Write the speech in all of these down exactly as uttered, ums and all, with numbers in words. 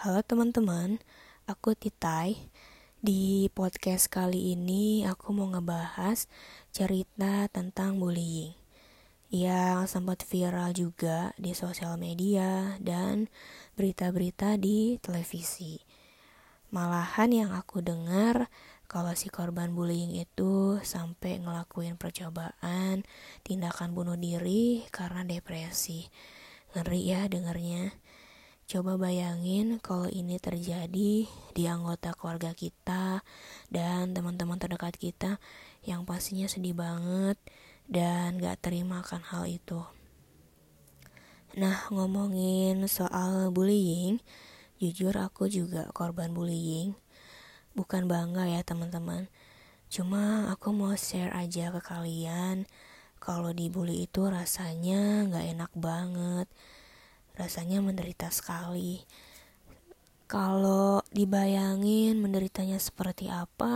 Halo teman-teman, aku Titai. Di podcast kali ini aku mau ngebahas cerita tentang bullying yang sempat viral juga di sosial media dan berita-berita di televisi. Malahan yang aku dengar kalau si korban bullying itu sampai ngelakuin percobaan tindakan bunuh diri karena depresi. Ngeri ya dengarnya. Coba bayangin kalau ini terjadi di anggota keluarga kita dan teman-teman terdekat kita yang pastinya sedih banget dan gak terima akan hal itu. Nah, ngomongin soal bullying, jujur aku juga korban bullying. Bukan bangga ya teman-teman, cuma aku mau share aja ke kalian kalau dibully itu rasanya gak enak banget. Rasanya menderita sekali. Kalau dibayangin menderitanya seperti apa,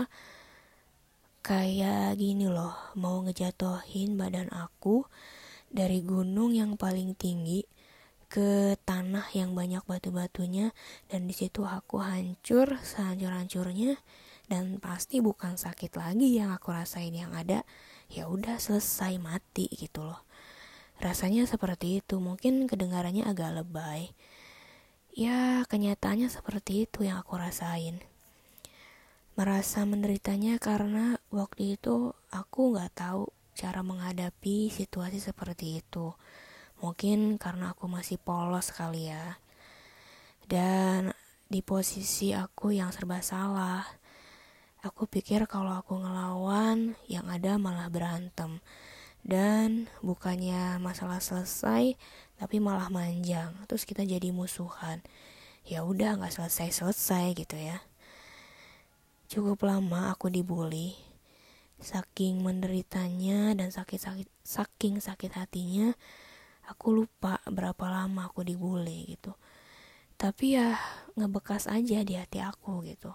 kayak gini loh, mau ngejatohin badan aku dari gunung yang paling tinggi ke tanah yang banyak batu-batunya, dan di situ aku hancur sehancur-hancurnya, dan pasti bukan sakit lagi yang aku rasain, yang ada ya udah selesai mati gitu loh. Rasanya seperti itu, mungkin kedengarannya agak lebay. Ya, kenyataannya seperti itu yang aku rasain. Merasa menderitanya karena waktu itu aku gak tahu cara menghadapi situasi seperti itu. Mungkin karena aku masih polos kali ya. Dan di posisi aku yang serba salah. Aku pikir kalau aku ngelawan, yang ada malah berantem. Dan bukannya masalah selesai, tapi malah manjang. Terus kita jadi musuhan. Ya udah, nggak selesai-selesai gitu ya. Cukup lama aku dibully. Saking menderitanya dan sakit-sakit, saking sakit hatinya, aku lupa berapa lama aku dibully gitu. Tapi ya ngebekas aja di hati aku gitu.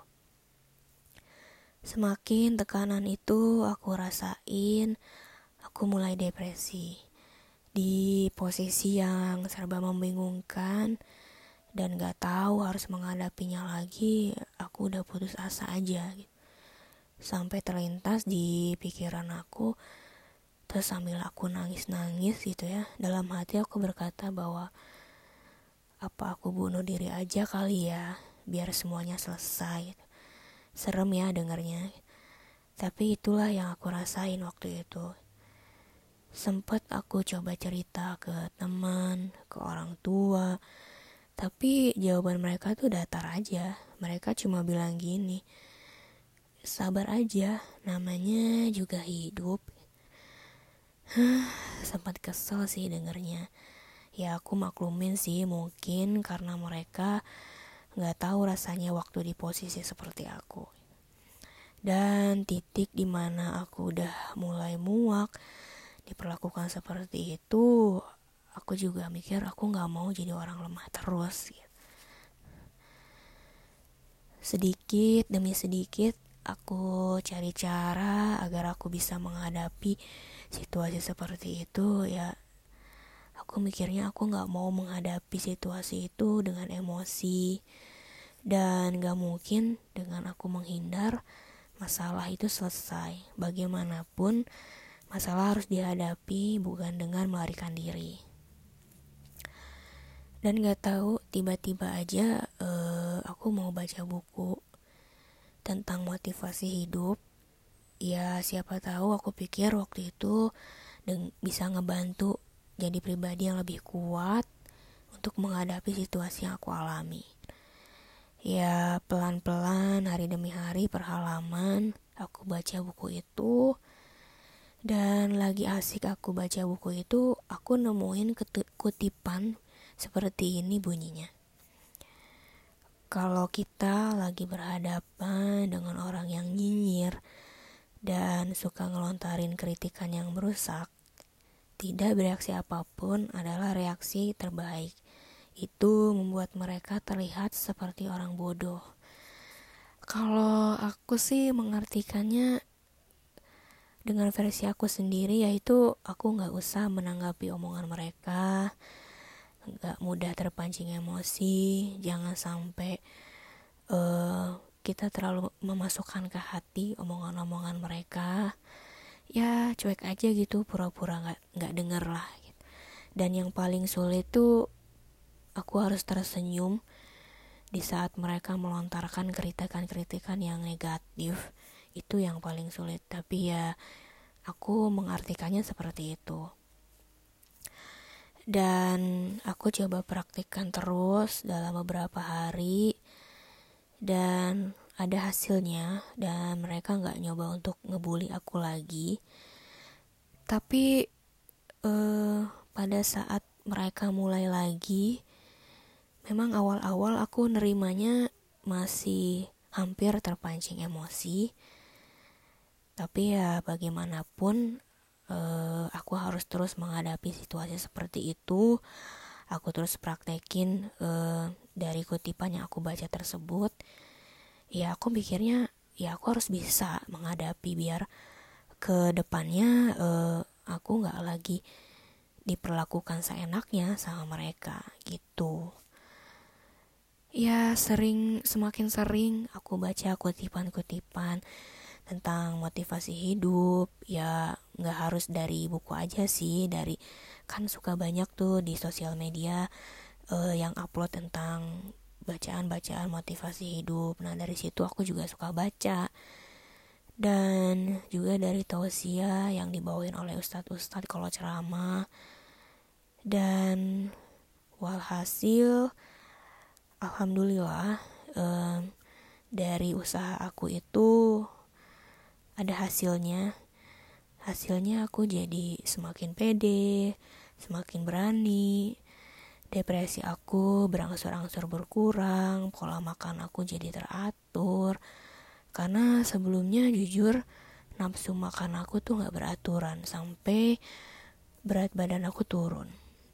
Semakin tekanan itu aku rasain, aku mulai depresi. Di posisi yang serba membingungkan dan gak tahu harus menghadapinya lagi, aku udah putus asa aja gitu. Sampai terlintas di pikiran aku, terus sambil aku nangis-nangis gitu ya, dalam hati aku berkata bahwa apa aku bunuh diri aja kali ya, biar semuanya selesai gitu. Serem ya dengarnya, tapi itulah yang aku rasain waktu itu. Sempet aku coba cerita ke teman, ke orang tua, tapi jawaban mereka tuh datar aja. Mereka cuma bilang gini, sabar aja, namanya juga hidup. Sempat kesel sih dengernya. Ya aku maklumin sih, mungkin karena mereka gak tahu rasanya waktu di posisi seperti aku. Dan titik dimana aku udah mulai muak diperlakukan seperti itu, aku juga mikir aku gak mau jadi orang lemah terus gitu. Sedikit demi sedikit aku cari cara agar aku bisa menghadapi situasi seperti itu. Ya aku mikirnya aku gak mau menghadapi situasi itu dengan emosi, dan gak mungkin dengan aku menghindar masalah itu selesai. Bagaimanapun masalah harus dihadapi, bukan dengan melarikan diri. Dan gak tahu tiba-tiba aja uh, aku mau baca buku tentang motivasi hidup. Ya siapa tahu aku pikir waktu itu deng- bisa ngebantu jadi pribadi yang lebih kuat untuk menghadapi situasi yang aku alami. Ya pelan-pelan hari demi hari per halaman aku baca buku itu. Dan lagi asik aku baca buku itu, aku nemuin kutipan seperti ini bunyinya. Kalau kita lagi berhadapan dengan orang yang nyinyir dan suka ngelontarin kritikan yang merusak, tidak bereaksi apapun adalah reaksi terbaik. Itu membuat mereka terlihat seperti orang bodoh. Kalau aku sih mengartikannya dengan versi aku sendiri, yaitu aku gak usah menanggapi omongan mereka, nggak mudah terpancing emosi, jangan sampai uh, kita terlalu memasukkan ke hati omongan-omongan mereka. Ya cuek aja gitu, pura-pura nggak nggak denger lah gitu. Dan yang paling sulit tuh aku harus tersenyum di saat mereka melontarkan kritikan-kritikan yang negatif. Itu yang paling sulit, tapi ya aku mengartikannya seperti itu. Dan aku coba praktikkan terus dalam beberapa hari, dan ada hasilnya, dan mereka gak nyoba untuk ngebully aku lagi. Tapi eh, pada saat mereka mulai lagi, memang awal-awal aku nerimanya masih hampir terpancing emosi. Tapi ya bagaimanapun eh, aku harus terus menghadapi situasi seperti itu. Aku terus praktekin eh, dari kutipan yang aku baca tersebut. Ya aku pikirnya ya aku harus bisa menghadapi biar ke depannya eh, aku gak lagi diperlakukan seenaknya sama mereka gitu. Ya sering semakin sering aku baca kutipan-kutipan tentang motivasi hidup. Ya gak harus dari buku aja sih, dari kan suka banyak tuh di sosial media eh, yang upload tentang bacaan-bacaan motivasi hidup. Nah dari situ aku juga suka baca, dan juga dari tausiah yang dibawain oleh ustadz-ustadz kalau ceramah. Dan walhasil alhamdulillah eh, dari usaha aku itu ada hasilnya. Hasilnya aku jadi semakin pede, semakin berani. Depresi aku berangsur-angsur berkurang, pola makan aku jadi teratur. Karena sebelumnya jujur nafsu makan aku tuh gak beraturan, sampai berat badan aku turun.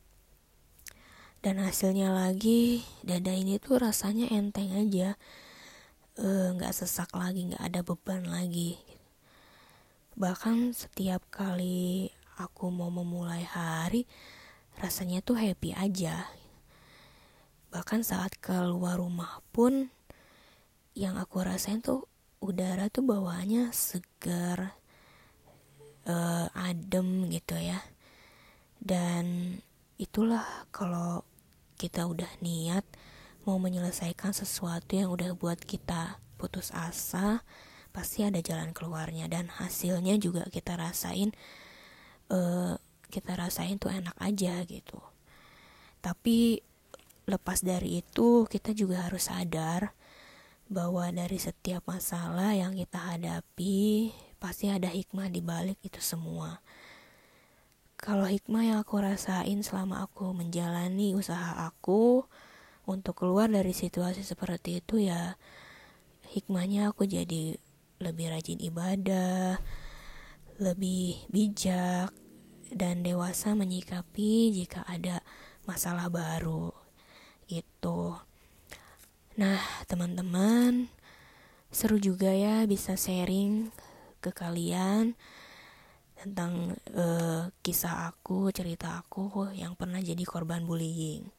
Dan hasilnya lagi, dada ini tuh rasanya enteng aja, e, gak sesak lagi, gak ada beban lagi. Bahkan setiap kali aku mau memulai hari, rasanya tuh happy aja. Bahkan saat keluar rumah pun, yang aku rasain tuh udara tuh bawaannya segar, e, adem gitu ya. Dan itulah kalau kita udah niat mau menyelesaikan sesuatu yang udah buat kita putus asa, pasti ada jalan keluarnya. Dan hasilnya juga kita rasain uh, kita rasain tuh enak aja gitu. Tapi lepas dari itu, kita juga harus sadar bahwa dari setiap masalah yang kita hadapi pasti ada hikmah di balik itu semua. Kalau hikmah yang aku rasain selama aku menjalani usaha aku untuk keluar dari situasi seperti itu, ya hikmahnya aku jadi lebih rajin ibadah, lebih bijak, dan dewasa menyikapi jika ada masalah baru gitu. Nah teman-teman, seru juga ya bisa sharing ke kalian tentang uh, kisah aku, cerita aku yang pernah jadi korban bullying.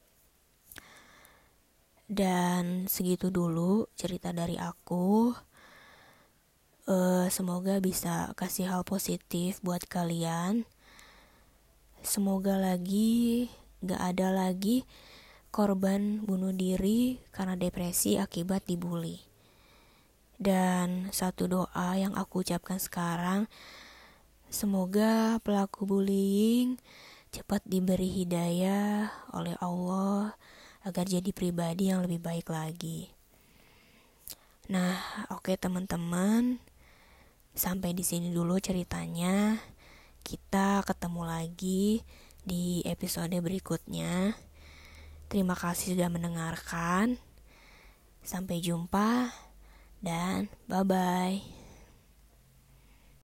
Dan segitu dulu cerita dari aku. Uh, semoga bisa kasih hal positif buat kalian. Semoga lagi gak ada lagi korban bunuh diri karena depresi akibat dibully. Dan satu doa yang aku ucapkan sekarang, semoga pelaku bullying cepat diberi hidayah oleh Allah agar jadi pribadi yang lebih baik lagi. Nah, oke okay, teman-teman, sampai di sini dulu ceritanya. Kita ketemu lagi di episode berikutnya. Terima kasih sudah mendengarkan. Sampai jumpa dan bye-bye.